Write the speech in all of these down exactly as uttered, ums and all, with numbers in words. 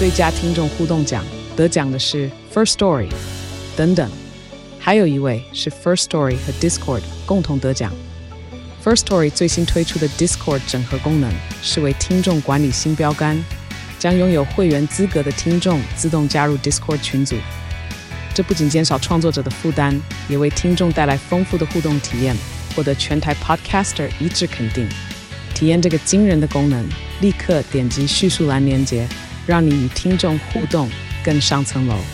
最佳听众互动奖，得奖的是 First Story 等等，还有一位是 First Story 和 Discord 共同得奖。First Story 最新推出的 Discord 整合功能是为听众管理新标杆，将拥有会员资格的听众自动加入 Discord 群组。这不仅减少创作者的负担，也为听众带来丰富的互动体验，获得全台 Podcaster 一致肯定。体验这个惊人的功能，立刻点击叙述栏连结，让你与听众互动更上层楼。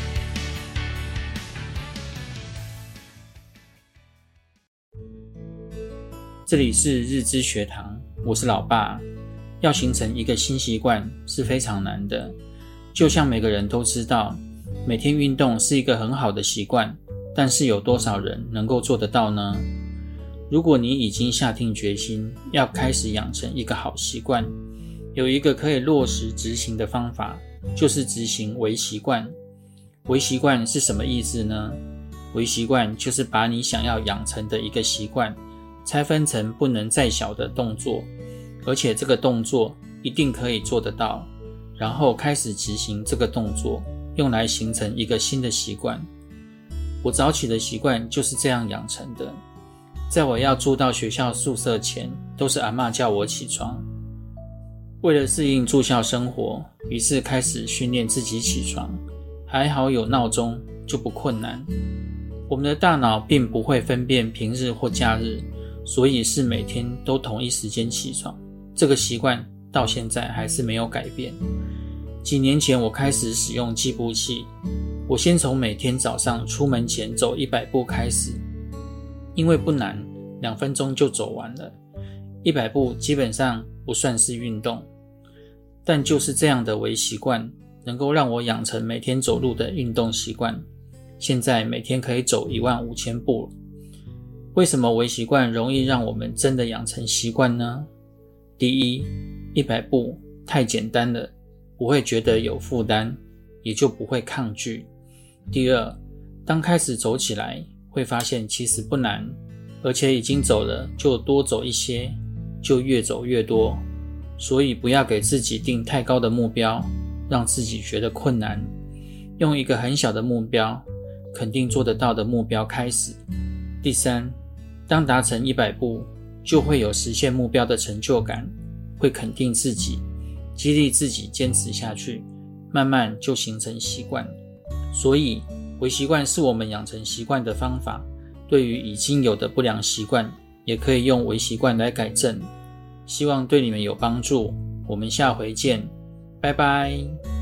这里是日知学堂，我是老爸。要形成一个新习惯是非常难的，就像每个人都知道，每天运动是一个很好的习惯，但是有多少人能够做得到呢？如果你已经下定决心要开始养成一个好习惯，有一个可以落实执行的方法，就是执行微习惯。微习惯是什么意思呢？微习惯就是把你想要养成的一个习惯拆分成不能再小的动作，而且这个动作一定可以做得到，然后开始执行这个动作，用来形成一个新的习惯。我早起的习惯就是这样养成的。在我要住到学校宿舍前，都是阿嬷叫我起床。为了适应住校生活，于是开始训练自己起床，还好有闹钟，就不困难。我们的大脑并不会分辨平日或假日，所以是每天都同一时间起床。这个习惯到现在还是没有改变。几年前我开始使用计步器，我先从每天早上出门前走一百步开始，因为不难，两分钟就走完了。一百步基本上不算是运动，但就是这样的微习惯，能够让我养成每天走路的运动习惯。现在每天可以走一万五千步。为什么微习惯容易让我们真的养成习惯呢？第一，一百步太简单了，不会觉得有负担，也就不会抗拒。第二，当开始走起来，会发现其实不难，而且已经走了就多走一些，就越走越多。所以不要给自己定太高的目标，让自己觉得困难，用一个很小的目标，肯定做得到的目标开始。第三，当达成一百步，就会有实现目标的成就感，会肯定自己，激励自己坚持下去，慢慢就形成习惯。所以微习惯是我们养成习惯的方法，对于已经有的不良习惯，也可以用微习惯来改正。希望对你们有帮助，我们下回见，拜拜。